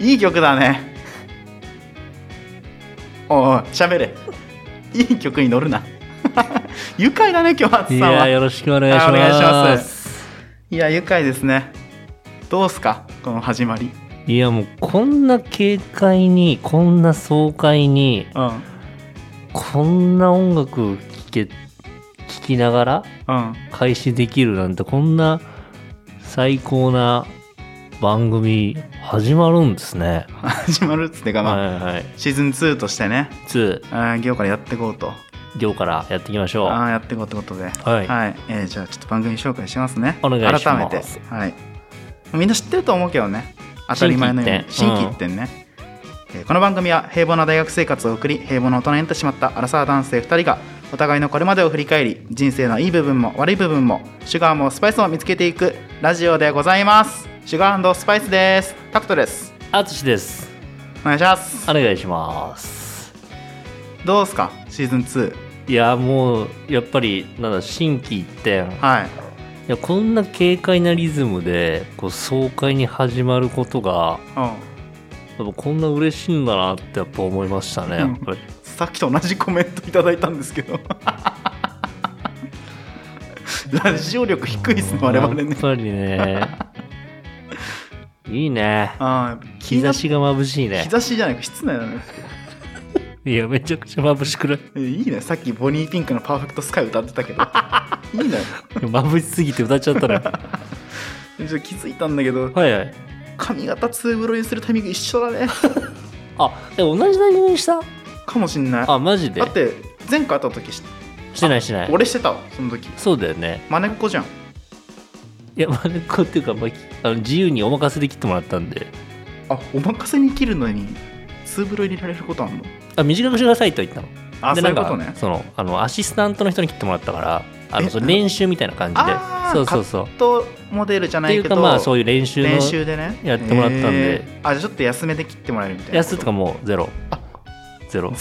いい曲だね。おい喋れ。いい曲に乗るな。愉快だね今日はつさんは。 いやよろしくお願いします。 お願いします。いや愉快ですね。どうすかこの始まり。 いやもうこんな軽快にこんな爽快に、こんな音楽聴きながら開始できるなんて、こんな最高な番組始まるんですね。 始まるっつってか、シーズン2としてね、今日からやっていこうと。 今日からやっていきましょう。 やっていこうってことで、じゃあちょっと番組紹介しますね。 お願いします。 改めて、みんな知ってると思うけどね、当たり前のように新規一点ね。この番組は平凡な大学生活を送り、平凡な大人になってしまったアラサー男性2人がお互いのこれまでを振り返り、人生のいい部分も悪い部分もシュガーもスパイスも見つけていくラジオでございます。シュガー&スパイスです。タクトです。 アツシです。 お願いします。 お願いします。 どうすかシーズン2。 いやもうやっぱり心機一転、いやこんな軽快なリズムでこう爽快に始まることが、やっぱこんな嬉しいんだなってやっぱ思いましたね。やっぱりさっきと同じコメントいただいたんですけどラジオ力低いですね我々ね。 やっぱりねいいね。日差しが眩しいね。 日差しじゃないか室内だね。 いやめちゃくちゃ眩しくない？ いいね。さっきボニーピンクのパーフェクトスカイ歌ってたけどいいね。 眩しすぎて歌っちゃったね気づいたんだけど、髪型ツーブロにするタイミング一緒だね同じタイミングにしたかもしんない。 マジで？ だって前回会った時してない。俺してたわその時。 そうだよね。 マネっ子じゃん。 いやマネっ子っていうか、自由にお任せで切ってもらったんで。 お任せに切るのにツーブロ入れられることあんの？ 短くしてくださいと言ったの。 そういうことね。 アシスタントの人に切ってもらったから、その練習みたいな感じで。そうカットモデルじゃないけど、 っていうかそういう練習でねやってもらったんで。 じゃあちょっと安めで切ってもらえるみたいな。 安とかもうゼロ。ゼロ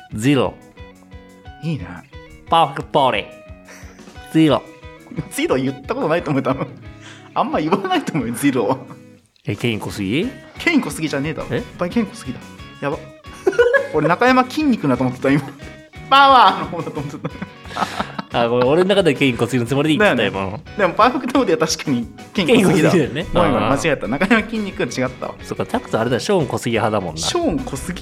いいね。 パーフェクトボディゼロ言ったことないと思う。多分あんま言わないと思うよゼロは。 ケイン小杉じゃねえだろ。いっぱいケイン小杉だ。やば俺中山筋肉だと思ってた今。パワーの方だと思ってたごめん、俺の中ではケイン小杉のつもりで言ってたよ。 でもパーフェクトボディは確かにケイン小杉だよね。 間違えた。中山筋肉は違ったわ。 そっか、タクトあれだ、ショーン小杉派だもんな。 ショーン小杉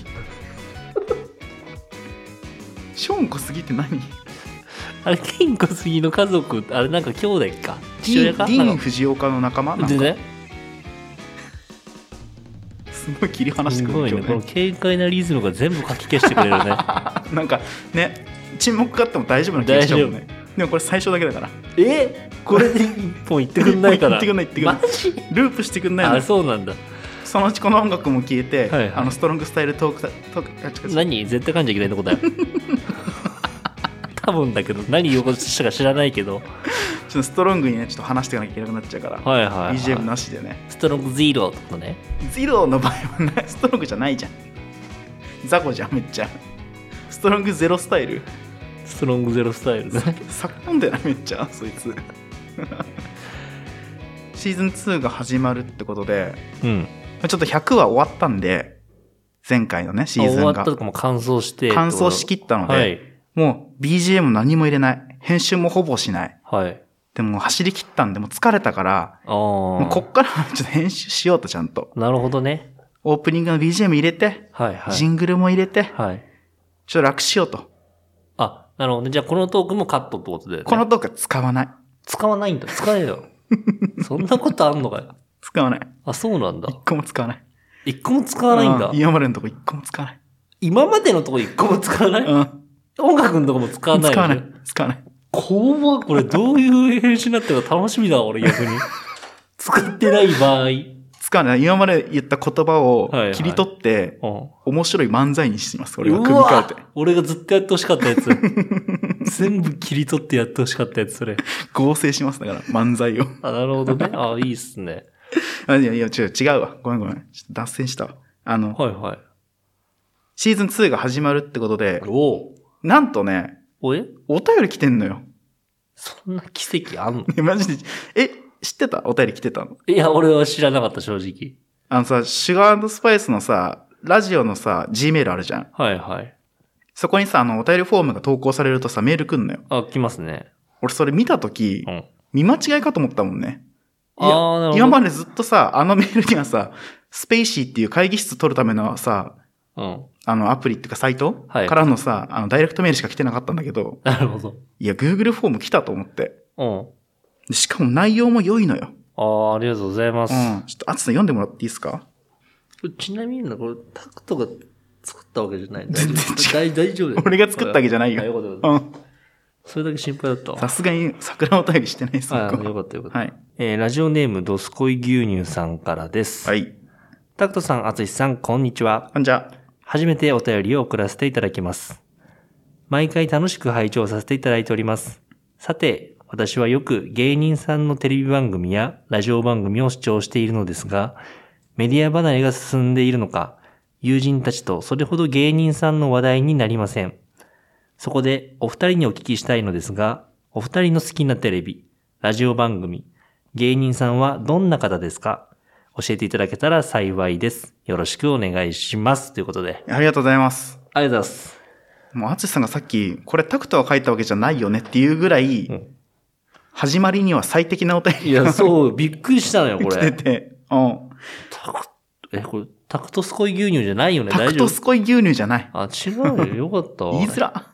ショーン小杉って何？ あれケイン小杉の家族、あれなんか兄弟か父親か？ディーン・フジオカの仲間なんかね。 すごい切り離してくる。 すごいね。この軽快なリズムが全部かき消してくれるねなんかね、沈黙があっても大丈夫な気がしちゃうもんね。でもこれ最初だけだから。 これで一本言ってくんないから。 マジ？ ループしてくんないの？ そうなんだ。 そのうちこの音楽も消えて、ストロングスタイルトーク何？絶対噛んじゃいけないとこだよ多分だけど、何言おうとしたか知らないけどちょっとストロングにね、ちょっと話していかなきゃいけなくなっちゃうから、BGM なしでね。 ストロングゼロってことね。 ゼロの場合はね、ストロングじゃないじゃん。ザコじゃんめっちゃ。ストロングゼロスタイル。 ストロングゼロスタイルね。 酒飲んでないめっちゃそいつシーズン2が始まるってことで、ちょっと100は終わったんで、前回のねシーズンが終わったとかも完走しきったので、もう BGM 何も入れない、編集もほぼしない、でも走り切ったんでもう疲れたから、もうこっからちょっと編集しようとちゃんと。 なるほどね。 オープニングの BGM 入れて、ジングルも入れて、ちょっと楽しようと。 なるほどね。じゃあこのトークもカットってことで、ね、 このトークは使わない。 使わないんだ。使えよそんなことあんのかよ。 使わない。 そうなんだ。 一個も使わない。 一個も使わないんだ。 今までのとこ一個も使わない。 今までのとこ一個も使わない？音楽のとこも使わない。 使わない。 これどういう編集になってるか楽しみだ、俺逆に。使ってない場合。 使わない。今まで言った言葉を切り取って、面白い漫才にします。俺が組み替えて。 俺がずっとやってほしかったやつ。全部切り取ってやってほしかったやつ、それ。 合成しますだから、漫才を。 なるほどね。いいっすね。 いや、違うわ。ごめん。ちょっと脱線したわ。シーズン2が始まるってことで、なんとね、お便り来てんのよ。 そんな奇跡あんの？ マジで。知ってた？お便り来てたの？ いや、俺は知らなかった、正直。 さ、シュガー&スパイスのさ、ラジオのさ、G メールあるじゃん。 はいはい。 そこにさ、お便りフォームが投稿されるとさ、メール来んのよ。 あ、来ますね。 俺それ見たとき、見間違いかと思ったもんね。 なるほど。 今までずっとさ、メールにはさ、スペイシーっていう会議室取るためのさ、アプリっていうかサイト、はい、からのさ、ダイレクトメールしか来てなかったんだけど。 なるほど。 いや、Google フォーム来たと思って。しかも内容も良いのよ。 ありがとうございます。 ちょっと、あつさん読んでもらっていいですか？ ちなみにこれ、タクトが作ったわけじゃない。全然違う。大丈夫。 俺が作ったわけじゃないよ。 それだけ心配だったわ。 さすがに桜お便りしてないですよ。よかったよかった。はい。ラジオネームドスコイ牛乳さんからです。はい。タクトさん、あつしさん、こんにちは。 こんにちは。 初めてお便りを送らせていただきます。毎回楽しく拝聴させていただいております。さて、私はよく芸人さんのテレビ番組やラジオ番組を視聴しているのですが、メディア離れが進んでいるのか、友人たちとそれほど芸人さんの話題になりません。そこでお二人にお聞きしたいのですが、お二人の好きなテレビ、ラジオ番組、芸人さんはどんな方ですか？教えていただけたら幸いです。よろしくお願いします。ということで。 ありがとうございます。 ありがとうございます。 もう、あつしさんがさっき、これタクトが書いたわけじゃないよねっていうぐらい、始まりには最適なお便り。 いや、そう、びっくりしたのよ、これ。 来てて。これ、タクトスコイ牛乳じゃないよね、大丈夫？ タクトスコイ牛乳じゃない。 あ、違うよ、よかったわ。 言いづら。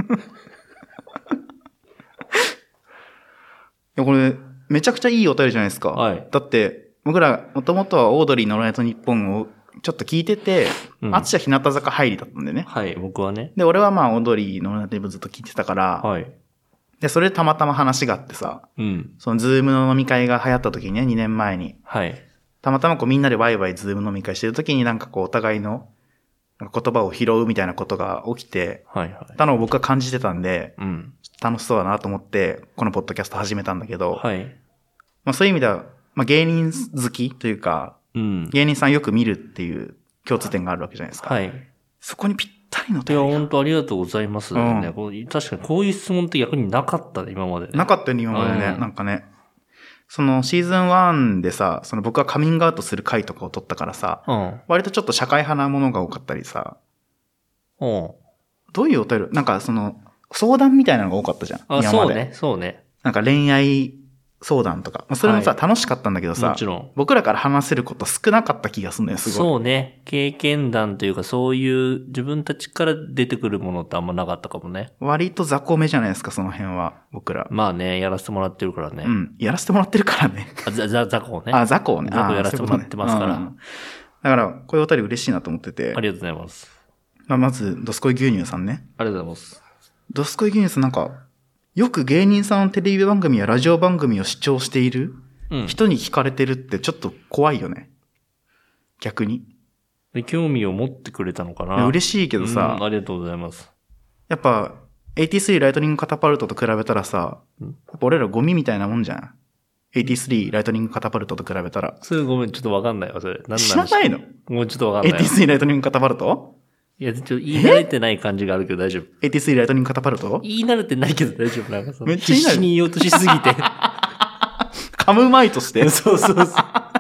いや、これ、めちゃくちゃいいお便りじゃないですか。 はい。 だって、僕ら、もともとはオードリーのオールナイトニッポンをちょっと聞いてて、あつしは日向坂入りだったんでね。 はい、僕はね。 で、俺はまあ、オードリーのオールナイトニッポンずっと聞いてたから、 はい。 で、それでたまたま話があってさ、そのズームの飲み会が流行った時にね、2年前に。 はい。 たまたまこうみんなでワイワイズーム飲み会してる時になんかこうお互いの言葉を拾うみたいなことが起きて、 はいはい。 たのを僕は感じてたんで、楽しそうだなと思って、このポッドキャスト始めたんだけど、 はい。 まあそういう意味では、まあ芸人好きというか、芸人さんよく見るっていう共通点があるわけじゃないですか。 はい。 そこにぴったりのいや、本当ありがとうございます、ね。確かにこういう質問って逆になかったね、今まで、ね。 なかったよね、今までね。なんかね。そのシーズン1でさ、その僕がカミングアウトする回とかを撮ったからさ、割とちょっと社会派なものが多かったりさ、どういうお便り、なんかその相談みたいなのが多かったじゃん。今まで。 そうね、そうね。 なんか恋愛相談とか。それもさ、楽しかったんだけどさ、 もちろん。 僕らから話せること少なかった気がするのよ、すごい。 そうね。経験談というか、そういう自分たちから出てくるものってあんまなかったかもね。 割と雑魚めじゃないですか、その辺は、僕ら。 まあね、やらせてもらってるからね。 やらせてもらってるからね。 雑魚ね。 雑魚ね。 雑魚やらせてもらってますから。 だから、こういうお便り嬉しいなと思ってて。 ありがとうございます。 まず、ドスコイ牛乳さんね。 ありがとうございます。 ドスコイ牛乳さんなんか、よく芸人さんのテレビ番組やラジオ番組を視聴している人に聞かれてるってちょっと怖いよね。逆に。 興味を持ってくれたのかな。 嬉しいけどさ、 ありがとうございます。 やっぱ、83ライトニングカタパルトと比べたらさ、やっぱ俺らゴミみたいなもんじゃん。83ライトニングカタパルトと比べたら。 それごめん、ちょっとわかんないわ、それ。 知らないの？ もうちょっとわかんない。 83ライトニングカタパルト？ いや、ちょっと言い慣れてない感じがあるけど大丈夫。 83ライトニングカタパルト？ 言い慣れてないけど大丈夫。なんかめっちゃ必死に言おうとしすぎて。 噛むまいとして。 そうそうそう。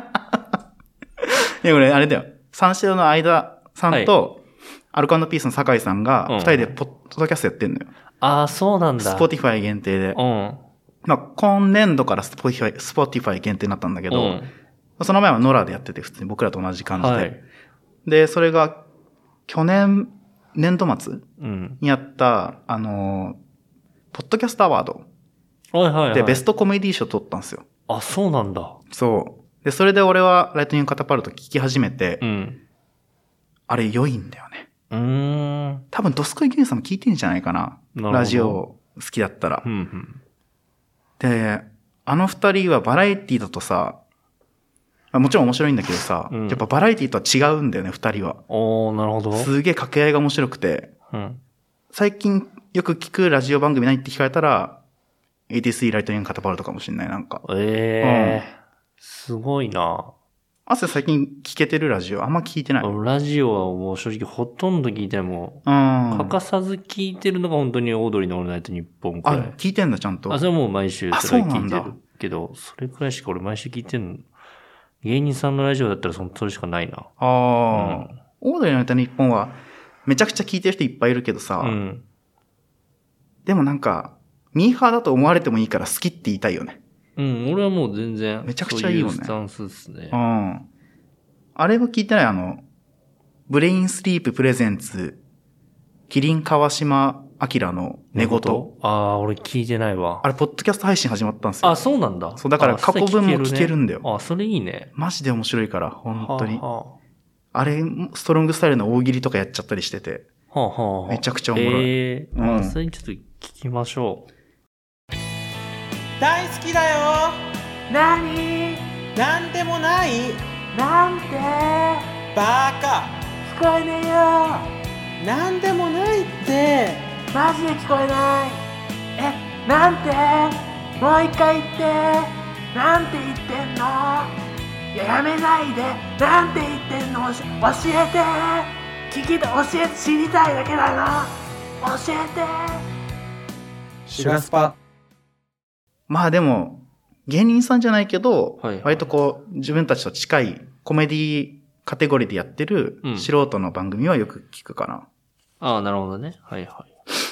いや、これあれだよ。三四郎の相田さんと、アルコ&ピースの酒井さんが、二人でポッドキャストやってんのよ。 ああ、そうなんだ。 スポティファイ限定で。まあ、今年度からスポティファイ限定になったんだけど、その前はノラでやってて、普通に僕らと同じ感じで。で、それが、去年、年度末にやった、ポッドキャストアワード。で、ベストコメディ賞取ったんですよ。 あ、そうなんだ。 そう。で、それで俺はライトニングカタパルト聞き始めて、あれ良いんだよね。多分ドスコイギネさんも聞いてんじゃないかな。ラジオ好きだったら。で、あの二人はバラエティだとさ、もちろん面白いんだけどさ、やっぱバラエティとは違うんだよね、二人は。 なるほど。 すげえ掛け合いが面白くて、最近よく聞くラジオ番組何って聞かれたら、83ライトニングカタパルトかもしれない、なんか。 すごいな。 朝最近聞けてるラジオあんま聞いてない。 ラジオはもう正直ほとんど聞いても、欠かさず聞いてるのが本当にオードリーのオールナイトニッポンくらい。 聞いてんだ、ちゃんと。 それはもう毎週それ聞いてるけど、それくらいしか俺毎週聞いてんの。 芸人さんのラジオだったらそれしかないな。 ああ、オードリーのネタ日本はめちゃくちゃ聞いてる人いっぱいいるけどさ、でもなんか、ミーハーだと思われてもいいから好きって言いたいよね。 俺はもう全然。 めちゃくちゃいいよね。 そういうスタンスですね。 あれも聞いてない？ブレインスリーププレゼンツ、キリン川島明の寝言。 俺聞いてないわ。 あれ、ポッドキャスト配信始まったんですよ。 そうなんだ。 そう、だから過去分も聞けるんだよ。 それいいね。 マジで面白いから、本当に。あれ、ストロングスタイルの大喜利とかやっちゃったりしてて。めちゃくちゃおもろい。 それちょっと聞きましょう。 大好きだよ。なんでもない。 なんてバカ。 聞こえねえよ。 なんでもないって。 マジで聞こえない。なんてもう一回言って。なんて言ってんの。やめないで。なんて言ってんの。教えて。教えて、知りたいだけだな。教えて。 シュガスパ。 まあでも、芸人さんじゃないけど、割とこう、自分たちと近いコメディカテゴリーでやってる素人の番組はよく聞くかな。 なるほどね。はいはい。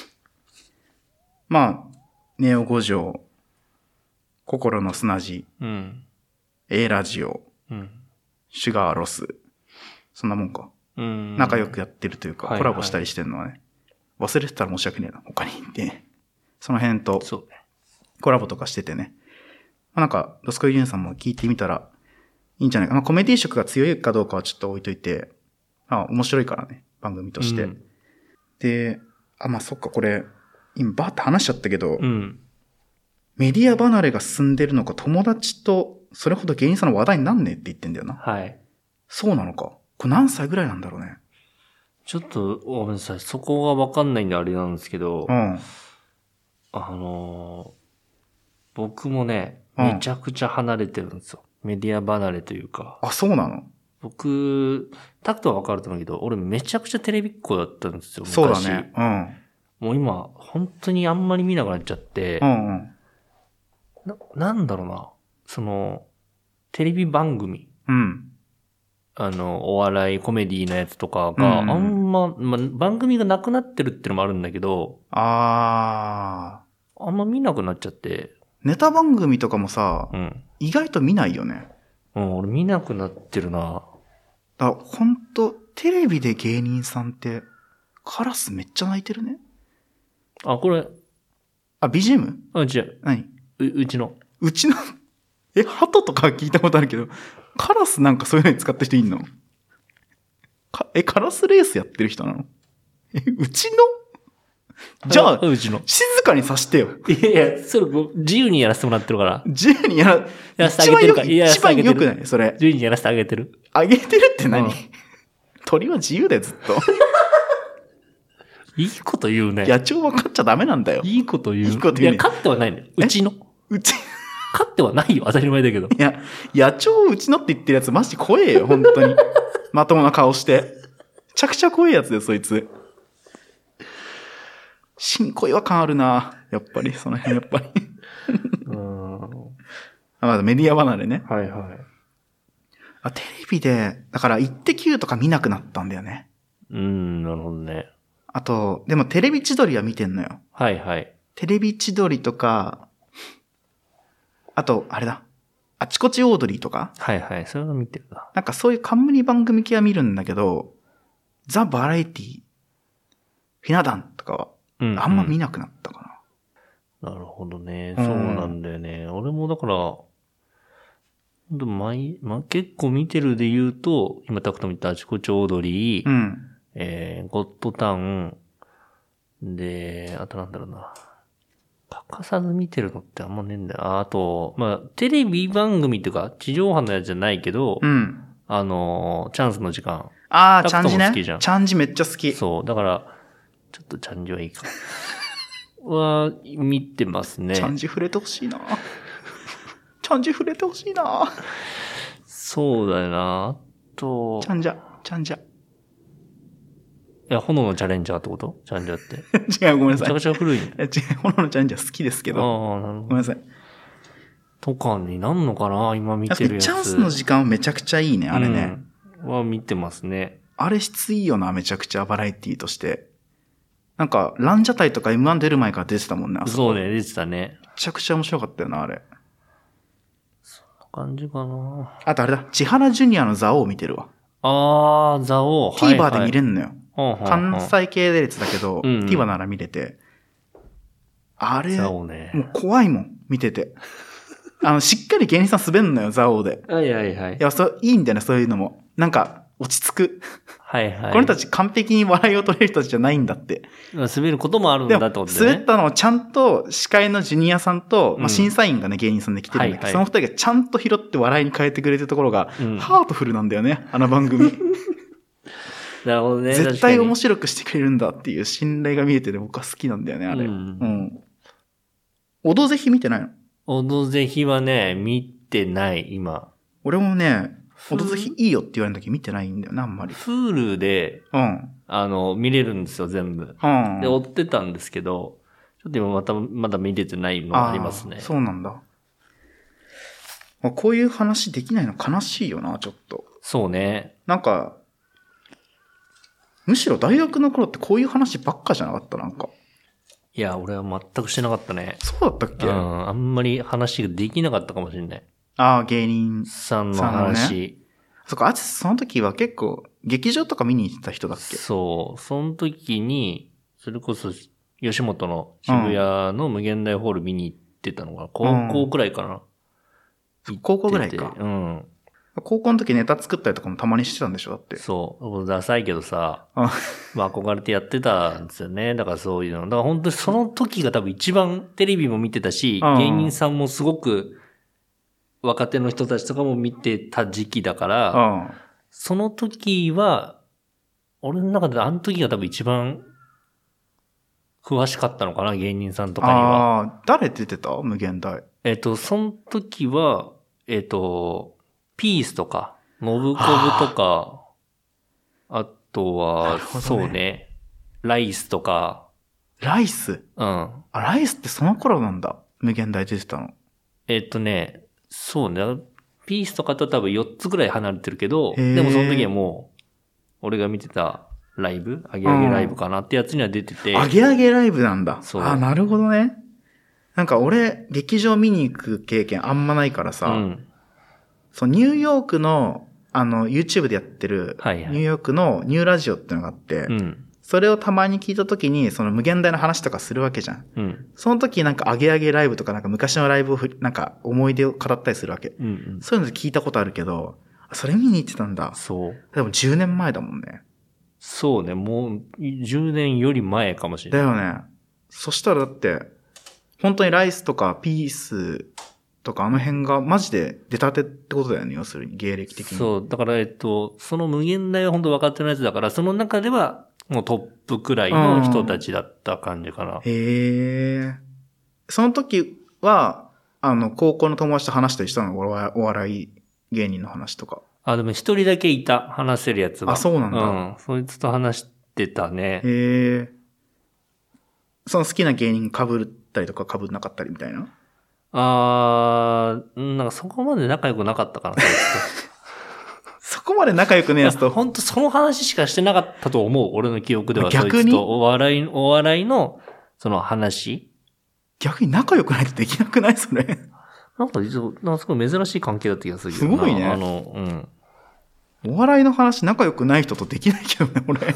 まあ、ネオ五条、心の砂地、A ラジオ、シュガーロス、そんなもんか。仲良くやってるというか、コラボしたりしてるのはね。忘れてたら申し訳ねえな、他にいて。その辺と、コラボとかしててね。なんか、ドスコイユンさんも聞いてみたらいいんじゃないかな。コメディ色が強いかどうかはちょっと置いといて、面白いからね、番組として。で、そっか、これ、今バーって話しちゃったけど、メディア離れが進んでるのか、友達とそれほど芸人さんの話題になんねえって言ってんだよな。そうなのか。これ何歳ぐらいなんだろうね。 ちょっと、ごめんなさい。そこがわかんないんであれなんですけど、僕もね、めちゃくちゃ離れてるんですよ。メディア離れというか。 そうなの？ 僕、タクトはわかると思うけど、俺めちゃくちゃテレビっ子だったんですよ、昔。 そうだね。 もう今、本当にあんまり見なくなっちゃって、なんだろうな、テレビ番組。お笑い、コメディのやつとかが、あんま、番組がなくなってるってのもあるんだけど、あんま見なくなっちゃって。 ネタ番組とかもさ、意外と見ないよね。 俺見なくなってるな。 ほんと、テレビで芸人さんって、カラスめっちゃ鳴いてるね。 これ。 BGM？ 違う。 何？ うちの。 鳩とか聞いたことあるけど、カラスなんかそういうのに使ってる人いんの？カラスレースやってる人なの？うちの？じゃあ、静かにさしてよ。 いや、それ自由にやらせてもらってるから。 自由にやらせてあげてるか。一番良くないそれ。 自由にやらせてあげてる。 あげてるって何？鳥は自由だよ、ずっと。 いいこと言うね。 野鳥は飼っちゃダメなんだよ。 いいこと言う。 いいこと言う、 いや、飼ってはないのよ。うちの。飼ってはないよ、当たり前だけど。 いや、野鳥うちのって言ってるやつマジ怖えよ、本当に。まともな顔して。めちゃくちゃ怖いやつだよ、そいつ。新小岩感あるな。やっぱり、その辺やっぱり。まだメディア離れね。 はいはい。 テレビで、だから、イッテ Q とか見なくなったんだよね。 なるほどね。 あと、でもテレビ千鳥は見てんのよ。 はいはい。 テレビ千鳥とか、あと、あれだ。あちこちオードリーとか。 はいはい。それは見てるな。 なんかそういう冠番組系は見るんだけど、ザ・バラエティ、ひな壇とかは、あんま見なくなったかな。なるほどね。そうなんだよね。俺もだから、結構見てるで言うと、今タクト見たあちこちオードリー、ゴッドタウン、で、あとなんだろうな。欠かさず見てるのってあんまねえんだよ。あと、テレビ番組っていうか、地上波のやつじゃないけど、チャンスの時間。 チャンジね。チャンジめっちゃ好き。 そう、だから、ちょっとチャンジはいいか。見てますね。 チャンジ触れてほしいな。チャンジ触れてほしいな。 そうだよな。あと、 チャンジャ。 いや、炎のチャレンジャーってことチャンジャーって。 違う、ごめんなさい。 めちゃくちゃ古い。 炎のチャレンジャー好きですけど。 なるほど。 ごめんなさい。 とかになんのかな今見てるやつ。 チャンスの時間はめちゃくちゃいいね、あれね。 は見てますね。 あれ質いいよな、めちゃくちゃバラエティとして。なんか、ランジャタイとか M1 出る前から出てたもんね、あそこ。 そうね、出てたね。 めちゃくちゃ面白かったよな、あれ。 そんな感じかな。 あとあれだ、千原ジュニアのザオを見てるわ。 ザオ。 TVer で見れんのよ。 関関西系列だけど、TVer なら見れて。あれ、もう怖いもん、見てて。しっかり芸人さん滑んのよ、ザオで。 はい。いや、いいんだよね、そういうのも。なんか、落ち着く。この人たち完璧に笑いを取れる人たちじゃないんだって。 滑ることもあるんだってことね。 滑ったのをちゃんと司会のジュニアさんと、審査員がね、芸人さんで来てるんだけど、その二人がちゃんと拾って笑いに変えてくれてるところが、ハートフルなんだよね、あの番組。 なるほどね。 絶対面白くしてくれるんだっていう信頼が見えてて僕は好きなんだよね、あれ。オドぜひ見てないの？ オドぜひはね、見てない、今。 俺もね、オドぜひいいよって言われた時見てないんだよね、あんまり。 Hulu で、見れるんですよ、全部。で、追ってたんですけど、ちょっと今まだ見れてないのがありますね。 そうなんだ。こういう話できないの悲しいよな、ちょっと。 そうね。 なんか、むしろ大学の頃ってこういう話ばっかじゃなかった、なんか。 いや、俺は全くしてなかったね。 そうだったっけ？ あんまり話ができなかったかもしれない。 芸人さんの話。 ね、そっか、その時は結構、劇場とか見に行ってた人だっけ？ そう。その時に、それこそ、吉本の渋谷の無限大ホール見に行ってたのが、高校くらいかな。 高校ぐらいか。高校の時ネタ作ったりとかもたまにしてたんでしょだって。 そう。ダサいけどさ、憧れてやってたんですよね。だからそういうの。だから本当にその時が多分一番テレビも見てたし、芸人さんもすごく若手の人たちとかも見てた時期だから、その時は、俺の中であの時が多分一番詳しかったのかな、芸人さんとかには。 誰出てた？無限大。 その時は、ピースとか、ノブコブとか、あとは、そうね、ライスとか。 ライス？ライスってその頃なんだ。無限大出てたの。 そうね、ピースとかと多分4つぐらい離れてるけど、でもその時はもう、俺が見てたライブ、アゲアゲライブかなってやつには出てて。 アゲアゲライブなんだ。なるほどね。なんか俺、劇場見に行く経験あんまないからさ、そう、ニューヨークの、YouTube でやってる、ニューヨークのニューラジオってのがあって、それをたまに聞いた時に、その無限大の話とかするわけじゃん。その時なんかアゲアゲライブとかなんか昔のライブをなんか思い出を語ったりするわけ。そういうので聞いたことあるけど、それ見に行ってたんだ。 そう。 でも10年前だもんね。 そうね、もう10年より前かもしれない。 だよね。そしたらだって、本当にライスとかピースとかあの辺がマジで出たてってことだよね、要するに芸歴的に。 そう、だからその無限大は本当分かってるやつだから、その中ではもうトップくらいの人たちだった感じかな。 その時は、高校の友達と話したりしたの？お笑い芸人の話とか。 でも一人だけいた、話せるやつが。 そうなんだ。 そいつと話してたね。 その好きな芸人被ったりとか被んなかったりみたいな？ なんかそこまで仲良くなかったかな、 そこまで仲良くねえやつと。 本当その話しかしてなかったと思う、俺の記憶では。逆にそいつとお笑いの、その話。 逆に仲良くないとできなくないそれ。 なんかすごい珍しい関係だった気がするけどな。 すごいね。お笑いの話仲良くない人とできないけどね、俺。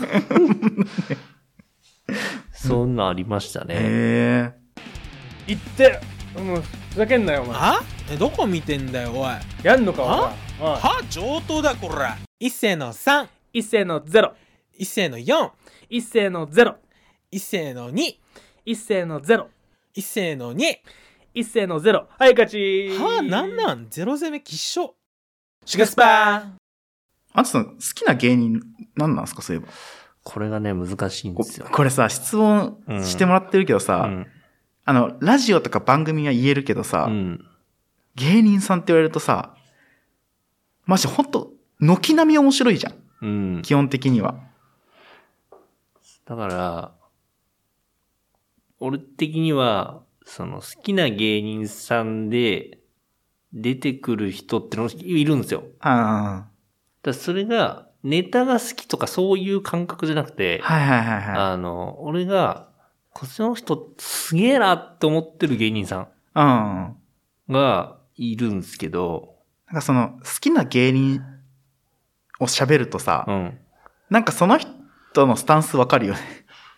そんなありましたね。 言ってふざけんなよお前。 どこ見てんだよおい。 やんのかお前。上等だこら。一斉の3、 一斉の0、 一斉の4、 一斉の0、 一斉の2、 一斉の0、 一斉の2、 一斉の0。はい勝ち。 なんゼロ攻め必勝。シュガスパー。 あとさん好きな芸人何なんですか、そういえば。 これがね難しいんですよ。 これさ質問してもらってるけどさ、ラジオとか番組は言えるけどさ、芸人さんって言われるとさ、マジほんと軒並み面白いじゃん。基本的には。 だから俺的にはその好きな芸人さんで出てくる人ってのいるんですよ。 ああ。 だそれが、ネタが好きとかそういう感覚じゃなくて、 はいはいはいはい。 俺が、こっちの人すげえなって思ってる芸人さんがいるんですけど、 なんかその好きな芸人を喋るとさ、なんかその人のスタンスわかるよね。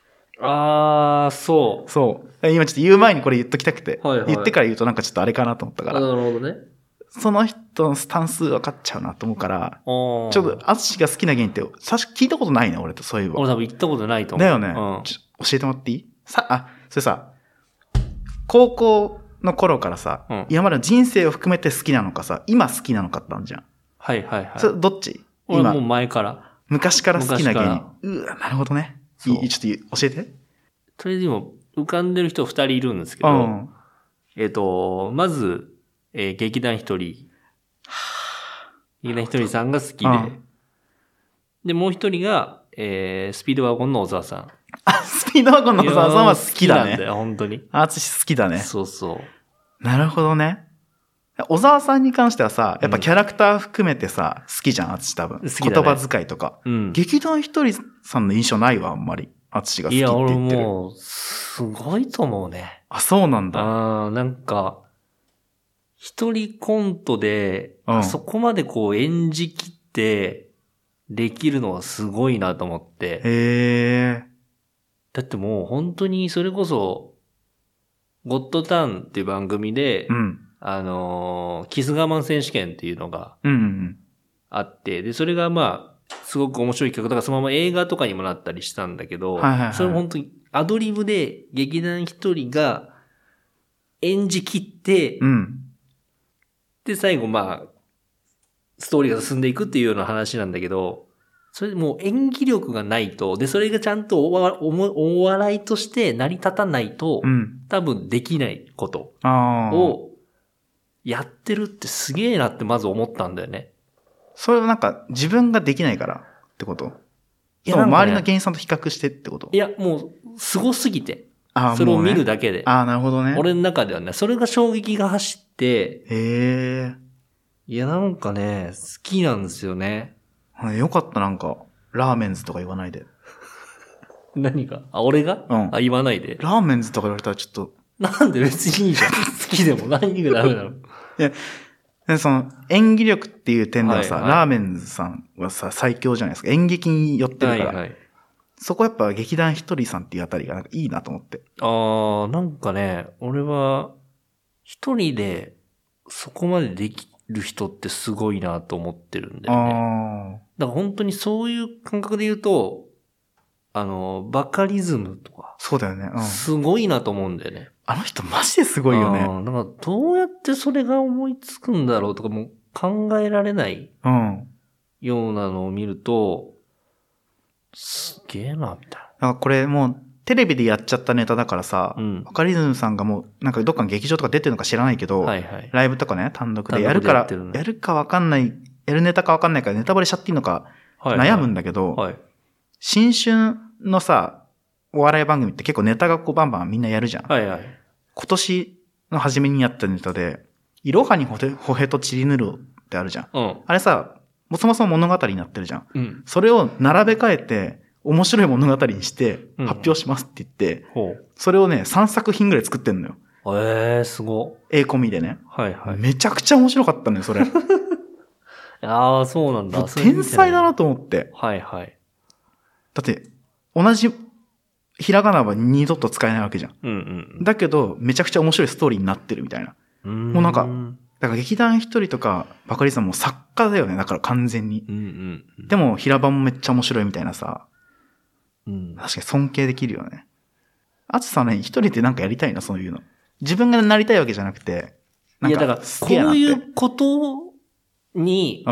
そう。 そう。今ちょっと言う前にこれ言っときたくて、言ってから言うとなんかちょっとあれかなと思ったから。 なるほどね。 その人のスタンス分かっちゃうなと思うから、ちょっとアツシが好きな芸人って聞いたことないね、俺とそういえば。 俺多分言ったことないと思う。 だよね。教えてもらっていい？それさ、高校の頃からさ、今までの人生を含めて好きなのかさ、今好きなのかってあるじゃん。 はいはいはい。 それどっち？ 俺もう前から。 昔から好きな芸人。なるほどね。ちょっと教えて。 とりあえず今浮かんでる人2人いるんですけど、まず、劇団ひとり。劇団ひとりさんが好きで。で、もう一人が、スピードワゴンの小沢さん。 スピードワゴンの小沢さんは好きだね。 好きなんだよ、本当に。 私好きだね。 そうそう。 なるほどね。小沢さんに関してはさ、やっぱキャラクター含めてさ、好きじゃん、私多分。言葉遣いとか。劇団ひとりさんの印象ないわ、あんまり。私が好きって言ってる。 いや、俺もう、すごいと思うね。 そうなんだ。 なんか、一人コントで、そこまでこう演じきってできるのはすごいなと思って。だってもう本当にそれこそ、ゴッドタンっていう番組で、キス我慢選手権っていうのがあって、で、それがまあ、すごく面白い企画だからそのまま映画とかにもなったりしたんだけど、それも本当にアドリブで劇団一人が演じきって、で、最後まあ、ストーリーが進んでいくっていうような話なんだけど、それでもう演技力がないと、で、それがちゃんとお笑いとして成り立たないと、多分できないことをやってるってすげえなってまず思ったんだよね。 それはなんか自分ができないからってこと？いや、周りの芸人さんと比較してってこと？ いや、もう、すごすぎて。それを見るだけで。 なるほどね。 俺の中ではね、それが衝撃が走って、いや、なんかね、好きなんですよね。 よかった、なんか、ラーメンズとか言わないで。 何が？俺が？言わないで。 ラーメンズとか言われたらちょっと。 なんで別にいいじゃん。好きでも何がダメなの？ いや、でその演技力っていう点ではさ、ラーメンズさんはさ、最強じゃないですか。演劇に寄ってるから。そこやっぱ劇団ひとりさんっていうあたりがなんかいいなと思って。 なんかね、俺は、一人でそこまでできる人ってすごいなと思ってるんだよね。だから本当にそういう感覚で言うと、バカリズムとか。 そうだよね。 すごいなと思うんだよね。 あの人マジですごいよね。 だからどうやってそれが思いつくんだろうとかも考えられないようなのを見ると、すげえな、みたいな。 なんかこれもうテレビでやっちゃったネタだからさ、バカリズムさんがもうなんかどっかの劇場とか出てるのか知らないけど、ライブとかね、単独でやるから、やるかわかんない、やるネタかわかんないからネタバレしちゃっていいのか悩むんだけど、新春のさ、お笑い番組って結構ネタがこうバンバンみんなやるじゃん。今年の初めにやったネタで、いろはにほへとちりぬるってあるじゃん。あれさ、そもそも物語になってるじゃん。それを並べ替えて、面白い物語にして発表しますって言って、それをね、3作品ぐらい作ってんのよ。 すご。 A込みでね。めちゃくちゃ面白かったのよ、それ。 そうなんだ。 天才だなと思って。だって、同じ、ひらがなは二度と使えないわけじゃん。だけど、めちゃくちゃ面白いストーリーになってるみたいな。もうなんか、だから劇団一人とか、バカリさんも作家だよね。だから完全に。でも、平場もめっちゃ面白いみたいなさ。確かに尊敬できるよね。あつさんね、一人でなんかやりたいな、そういうの。自分がなりたいわけじゃなくて。 いや、だから、こういうことに、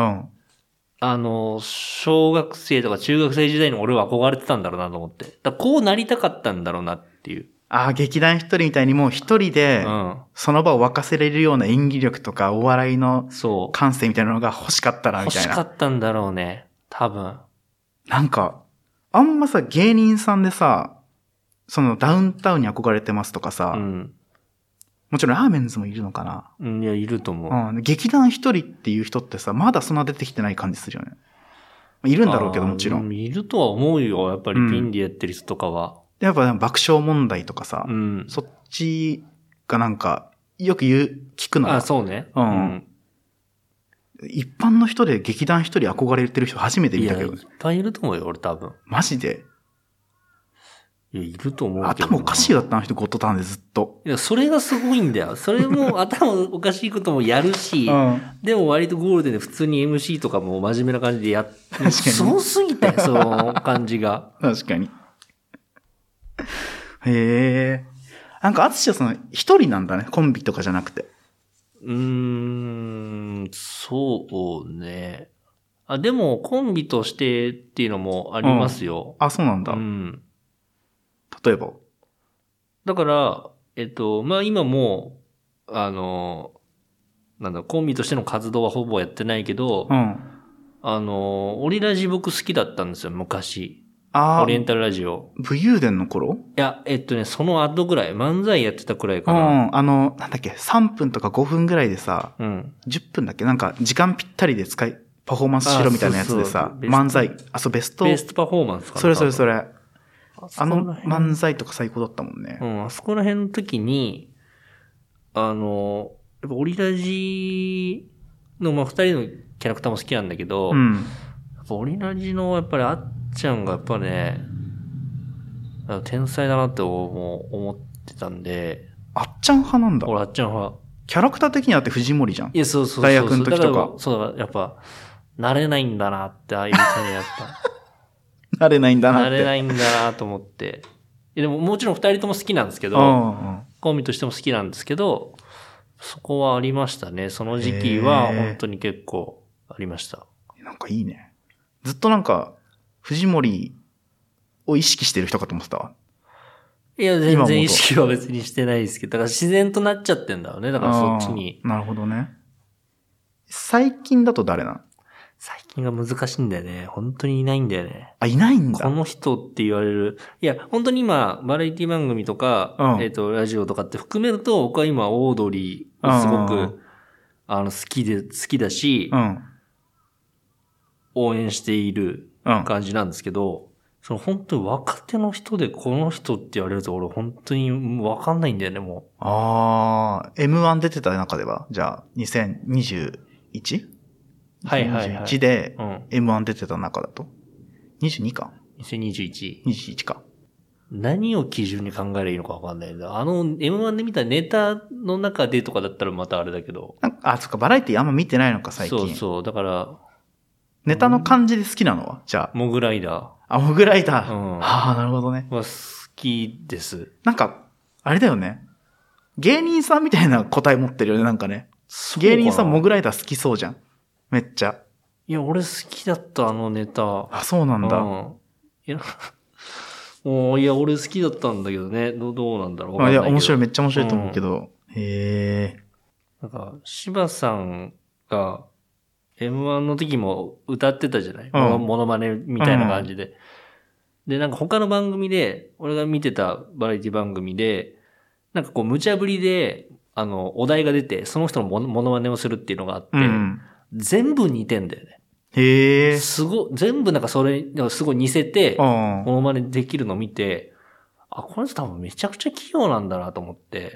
小学生とか中学生時代に俺は憧れてたんだろうなと思って。だこうなりたかったんだろうなっていう。 劇団一人みたいにもう一人で、その場を沸かせれるような演技力とか、お笑いの感性みたいなのが欲しかったな、みたいな。 欲しかったんだろうね。多分。 なんか、あんまさ、芸人さんでさ、そのダウンタウンに憧れてますとかさ、 もちろんラーメンズもいるのかな。 うん、いや、いると思う。 うん。劇団一人っていう人ってさ、まだそんな出てきてない感じするよね。いるんだろうけどもちろん。 いるとは思うよ。やっぱりピンでやってる人とかは。 やっぱ爆笑問題とかさ、 うん、 そっちがなんか、よく聞くのは。 あ、そうね。 うん。一般の人で劇団一人憧れてる人初めて見たけど。 いっぱいいると思うよ、俺多分。 マジで？ いや、いると思うけど。 頭おかしいよだったあの人、ゴッドタンでずっと。 いや、それがすごいんだよ。それも頭おかしいこともやるし、でも割とゴールデンで普通に MC とかも真面目な感じでやって、確かにすごすぎたよ、その感じが。 確かに。へえ。なんか、淳はその、一人なんだね。コンビとかじゃなくて。 そうね。あ、でも、コンビとしてっていうのもありますよ。 あ、そうなんだ。例えば？ だから、まあ、今も、コンビとしての活動はほぼやってないけど、オリラジ僕好きだったんですよ、昔。オリエンタルラジオ。 武勇伝の頃？ いや、その後ぐらい、漫才やってたくらいかな。 なんだっけ、3分とか5分ぐらいでさ、10分だっけ、なんか時間ぴったりでパフォーマンスしろみたいなやつでさ、漫才、ベストパフォーマンスかな。それ。漫才とか最高だったもんね。 あそこら辺の時に、やっぱオリラジの、まあ、2人のキャラクターも好きなんだけど、やっぱオリラジの、やっぱりあっちゃんがやっぱね、天才だなって思ってたんで。 あっちゃん派なんだ。 俺あっちゃん派。 キャラクター的にはって藤森じゃん。 いや、そう。 大学の時とか。 そうだ、やっぱ、慣れないんだなって、ああいう人にやっぱ。慣れないんだなって。 慣れないんだなと思って。でももちろん二人とも好きなんですけど、コンビとしても好きなんですけど、そこはありましたね。その時期は本当に結構ありました。 なんかいいね。ずっとなんか、藤森を意識してる人かと思ってたわ。 いや、全然意識は別にしてないですけど、だから自然となっちゃってんだろうね。だからそっちに。 なるほどね。最近だと誰なの？ 最近が難しいんだよね。本当にいないんだよね。 あ、いないんだ。 この人って言われる。いや、本当に今、バラエティ番組とか、ラジオとかって含めると、僕は今、オードリー、すごく、好きだし、応援している感じなんですけど、その本当に若手の人でこの人って言われると、俺本当にわかんないんだよね、もう。 M1 出てた中ではじゃあ、2021？ はい。 21で M1 出てた中だと 22 か 2021 か。 何を基準に考えればいいのかわかんないんだ。M1 で見たネタの中でとかだったらまたあれだけど。 そっか、バラエティあんま見てないのか、最近。 そう。だから。 ネタの感じで好きなのはじゃあ。 モグライダー。モグライダー。なるほどね。 は好きです。 なんか、あれだよね。芸人さんみたいな答え持ってるよね、なんかね。芸人さんモグライダー好きそうじゃん。めっちゃ。 いや、俺好きだった、あのネタ。 そうなんだ。 いや、俺好きだったんだけどね。どうなんだろう。 いや、めっちゃ面白いと思うけど。 なんか、柴さんが、M1 の時も歌ってたじゃない、モノマネみたいな感じで。で、なんか他の番組で、俺が見てたバラエティ番組で、なんかこう、無茶ぶりで、お題が出て、その人のモノマネをするっていうのがあって、全部似てんだよね。全部なんかそれ、すごい似せて、モノマネできるのを見て、この人多分めちゃくちゃ器用なんだなと思って、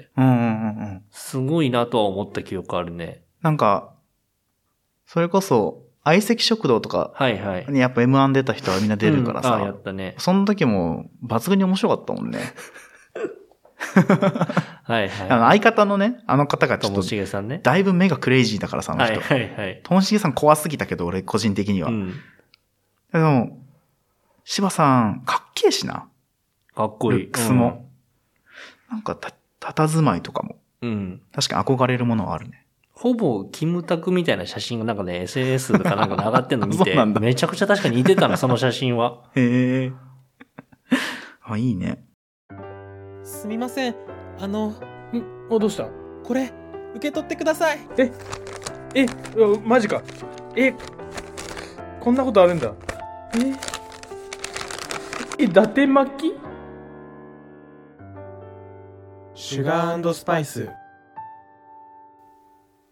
すごいなとは思った記憶あるね。 なんか、それこそ、相席食堂とかにやっぱ M1 出た人はみんな出るからさ、 やったね。 その時も抜群に面白かったもんね。相方のね、あの方がちょっと、 ともしげさんね。 だいぶ目がクレイジーだからさ、あの人。ともしげさん怖すぎたけど、俺個人的には。でも、柴さん、かっけえしな。 かっこいい。 ルックスも。なんか、佇まいとかも。確かに憧れるものはあるね。 ほぼ、キムタクみたいな写真がなんかね、SNS とかなんか上がってんの見て、めちゃくちゃ確かに似てたの、その写真は。 へえ。いいね。 すみません。どうした？これ、受け取ってください。 マジか。こんなことあるんだ。伊達巻き？ シュガー&スパイス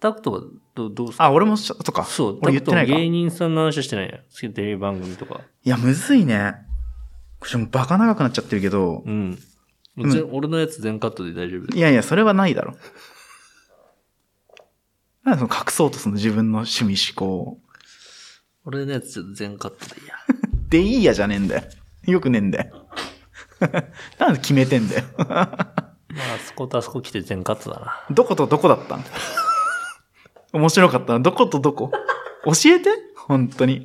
タクトはどうすか？ あ、俺もそっか。 そう、 俺言ってないか。 芸人さんの話はしてないや。好きなテレビ番組とか。 いや、むずいね。これもバカ長くなっちゃってるけど。 うん。俺のやつ全カットで大丈夫。 いやいや、それはないだろ。なんでその隠そうとするの自分の趣味思考を。 俺のやつ全カットでいいや。 でいいやじゃねえんだよ。よくねえんだよ。なんで決めてんだよ。 まあ、あそことあそこ来て全カットだな。 どことどこだったん？面白かったのどことどこ？教えて本当に。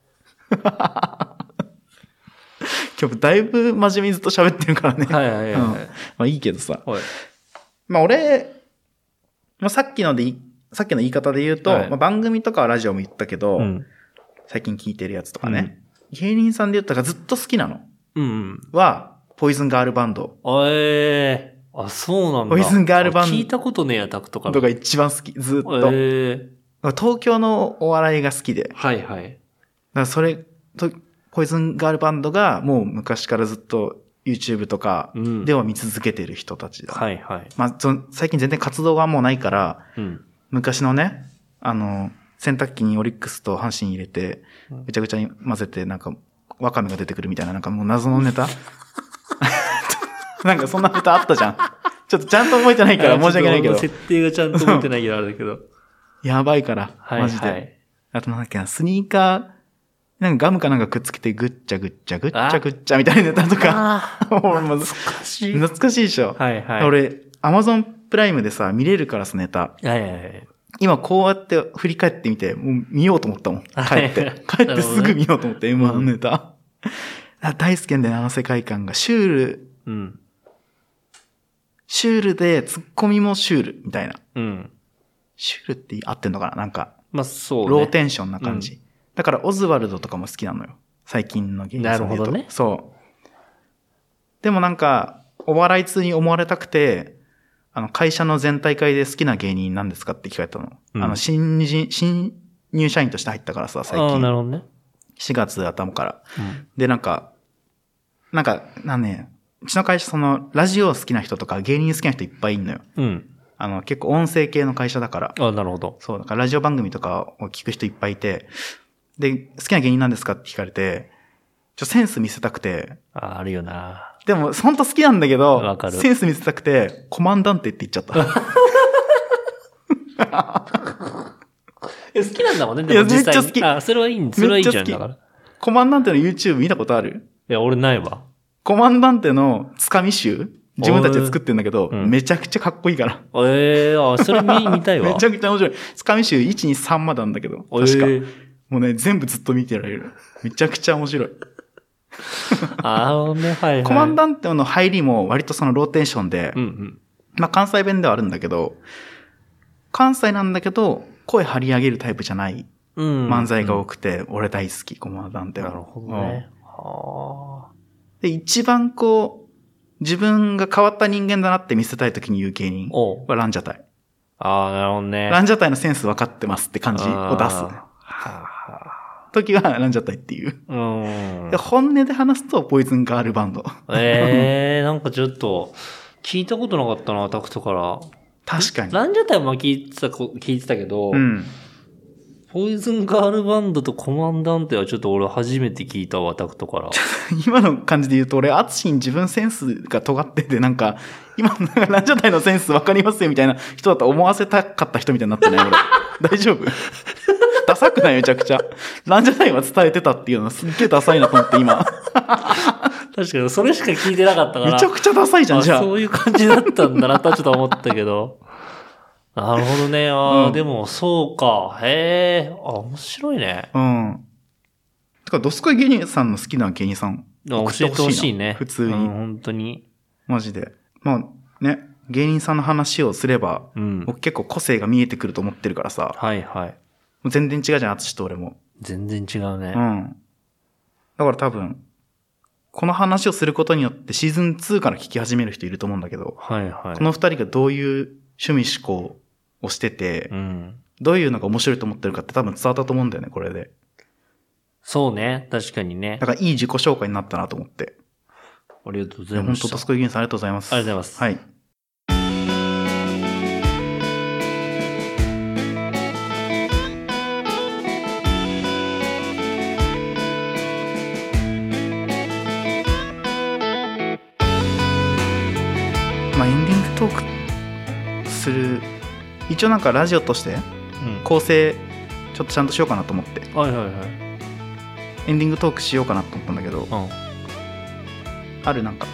今日だいぶ真面目にずっと喋ってるからね。 はいはいはい。 まあいいけどさ。 はい。 まあ俺、まあ、さっきの言い方で言うと、 はい、 まあ、番組とかはラジオも言ったけど、 うん、 最近聞いてるやつとかね。芸人さんで言ったらずっと好きなの。 うん。 は、ポイズンガールバンド。 あ、そうなんだ。 ポイズンガールバンド。 聞いたことねえや、タクトから。 とか一番好き、ずっと。東京のお笑いが好きで。 はいはい。だからそれと、ポイズンガールバンドがもう昔からずっと YouTube とかでは見続けてる人たちだ。 はいはい。 まあ、最近全然活動がもうないから、昔のね、洗濯機にオリックスと阪神入れて、ぐちゃぐちゃに混ぜて、なんか、ワカメが出てくるみたいな、なんかもう謎のネタなんかそんなネタあったじゃん。ちょっとちゃんと覚えてないから申し訳ないけど。 設定がちゃんと覚えてないけどあれだけど。 やばいから、マジで。はいはい、あとなんだっけな、スニーカー、なんかガムかなんかくっつけてぐっちゃぐっちゃぐっちゃぐっちゃみたいなネタとか。 懐かしい。 懐かしいでしょ。 はいはい。 俺、Amazon プライムでさ、見れるからさ、ネタ。 はいはいはい。 今こうやって振り返ってみて、もう見ようと思ったもん。帰って。帰ってすぐ見ようと思って、M1 ネタ。大好きなんだよ、あの世界観が。シュール。 うん。 シュールで、ツッコミもシュール、みたいな。 うん。 シュールって合ってんのかななんか。 まあそうね。 ローテンションな感じ。だから、オズワルドとかも好きなのよ。最近の芸人さんで言うと。 なるほどね。 そう。でもなんか、お笑い通に思われたくて、会社の全体会で好きな芸人なんですかって聞かれたの。新入社員として入ったからさ、最近。 なるほどね。 4月頭から。で、なんかね、うちの会社ラジオ好きな人とか芸人好きな人いっぱいいんのよ。結構音声系の会社だから。 なるほど。 そう、だからラジオ番組とかを聞く人いっぱいいて、で、好きな芸人なんですかって聞かれて、センス見せたくて。 あるよな。 でも、ほんと好きなんだけど、 わかる。 センス見せたくて、コマンダンテって言っちゃった。 好きなんだもんね、でも実際に。 めっちゃ好き。 それはいいんじゃん、だから。 コマンダンテの YouTube 見たことある？ いや、俺ないわ。 コマンダンテのつかみ集自分たちで作ってんだけど、めちゃくちゃかっこいいから。 それ見たいわ。 めちゃくちゃ面白い。つかみ集1、2、3までなんだけど、確か。もうね、全部ずっと見てられる。めちゃくちゃ面白い。 はいはい。 コマンダンテの入りも割とローテンションで、まあ関西弁ではあるんだけど、関西なんだけど、声張り上げるタイプじゃない漫才が多くて、俺大好き、コマンダンテは。 なるほどね。 で、一番自分が変わった人間だなって見せたい時に言う芸人はランジャタイ。 なるほどね。 ランジャタイのセンス分かってますって感じを出す。時はランジャタイっていう。で本音で話すとポイズンガールバンド。 なんかちょっと聞いたことなかったな、タクトから。 確かに。 ランジャタイも聞いてたけど、ポイズンガールバンドとコマンダンテはちょっと俺初めて聞いたわ、タクトから。 今の感じで言うと俺、アツシに自分センスが尖ってて、なんか、今、ランジャタイのセンス分かりますよみたいな人だと思わせたかった人みたいになってない俺。大丈夫？ダサくないめちゃくちゃ。ランジャタイは伝えてたっていうのはすっげえダサいなと思って今。 確かにそれしか聞いてなかったから。 めちゃくちゃダサいじゃん、じゃあ。 そういう感じだったんだなとはちょっと思ったけど。なるほどね。でも、そうか。面白いね。 てか、ドスコイ芸人さんの好きな芸人さん教えてほしいね。 普通に。 本当に。 マジで。まあ、ね、芸人さんの話をすれば、僕結構個性が見えてくると思ってるからさ。 はいはい。 全然違うじゃん、アツシと俺も。 全然違うね。 だから多分、この話をすることによってシーズン2から聞き始める人いると思うんだけど、 はいはい。 この二人がどういう趣味思考をしてて、どういうのが面白いと思ってるかって多分伝わったと思うんだよね、これで。 そうね、確かにね。 だからいい自己紹介になったなと思って。 ありがとうございます。 本当、ドスコイ芸人さんありがとうございます。 ありがとうございます。 はい。 エンディングトークする一応なんかラジオとして構成ちょっとちゃんとしようかなと思って、 はいはいはい、 エンディングトークしようかなと思ったんだけど、あるなんか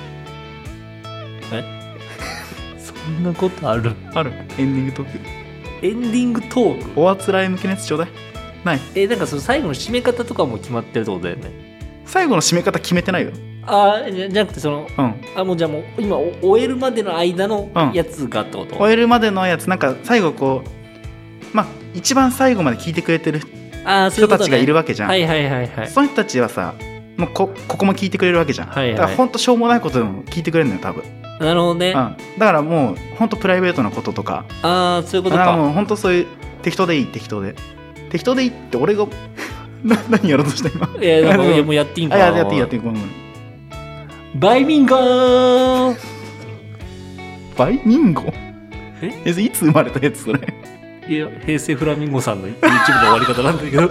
そんなことあるエンディングトークエンディングトークおあつらい向けのやつちょうだいない。 なんかその最後の締め方とかも決まってるってことだよね。 最後の締め方決めてないよ。 じゃなくてその、もうじゃあもう今終えるまでの間のやつがってこと、 終えるまでのやつなんか最後こう一番最後まで聞いてくれてる人たちがいるわけじゃん。 はいはいはいはい。 その人たちはさもうここも聞いてくれるわけじゃん、はいはい、だからほんとしょうもないことでも聞いてくれるのよ多分。 なるほどね、 だからもうほんとプライベートなこととかそういうことか。 だからもうほんとそういう適当でいい適当でいいって俺が何やろうとした今。 いやもうやっていいんかな。 やっていいごめん。 バイミンゴー。 バイミンゴいつ生まれたやつそれ。 いや平成フラミンゴさんの YouTube の終わり方なんだけど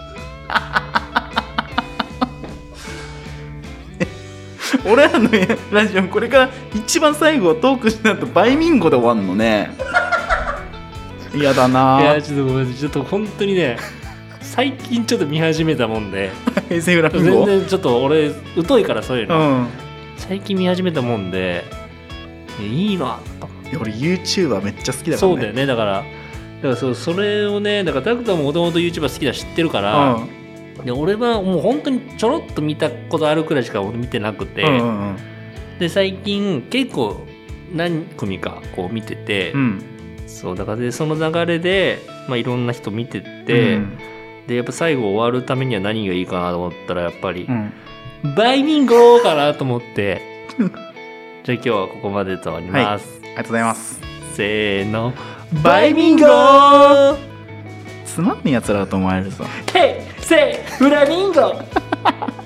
俺らのラジオこれから一番最後トークしないとバイミンゴで終わんのね。嫌だな。 いやちょっとごめん、ちょっと本当にね最近ちょっと見始めたもんで平成フラミンゴ全然ちょっと俺疎いからそういうの、最近見始めたもんでいいなと。 俺 YouTuber めっちゃ好きだからね。 そうだよね。だからそれをね、だからタクトももともと YouTuber 好きだ知ってるから、で俺はもう本当にちょろっと見たことあるくらいしか俺見てなくて、で最近結構何組かこう見てて、そうだからでその流れで、いろんな人見てて、でやっぱ最後終わるためには何がいいかなと思ったらやっぱり、バイミンゴかなと思ってじゃあ今日はここまでとなります、 ありがとうございます。 せーのバイミンゴつまんねえやつらだと思われるぞ。 ヘイセイフラミンゴ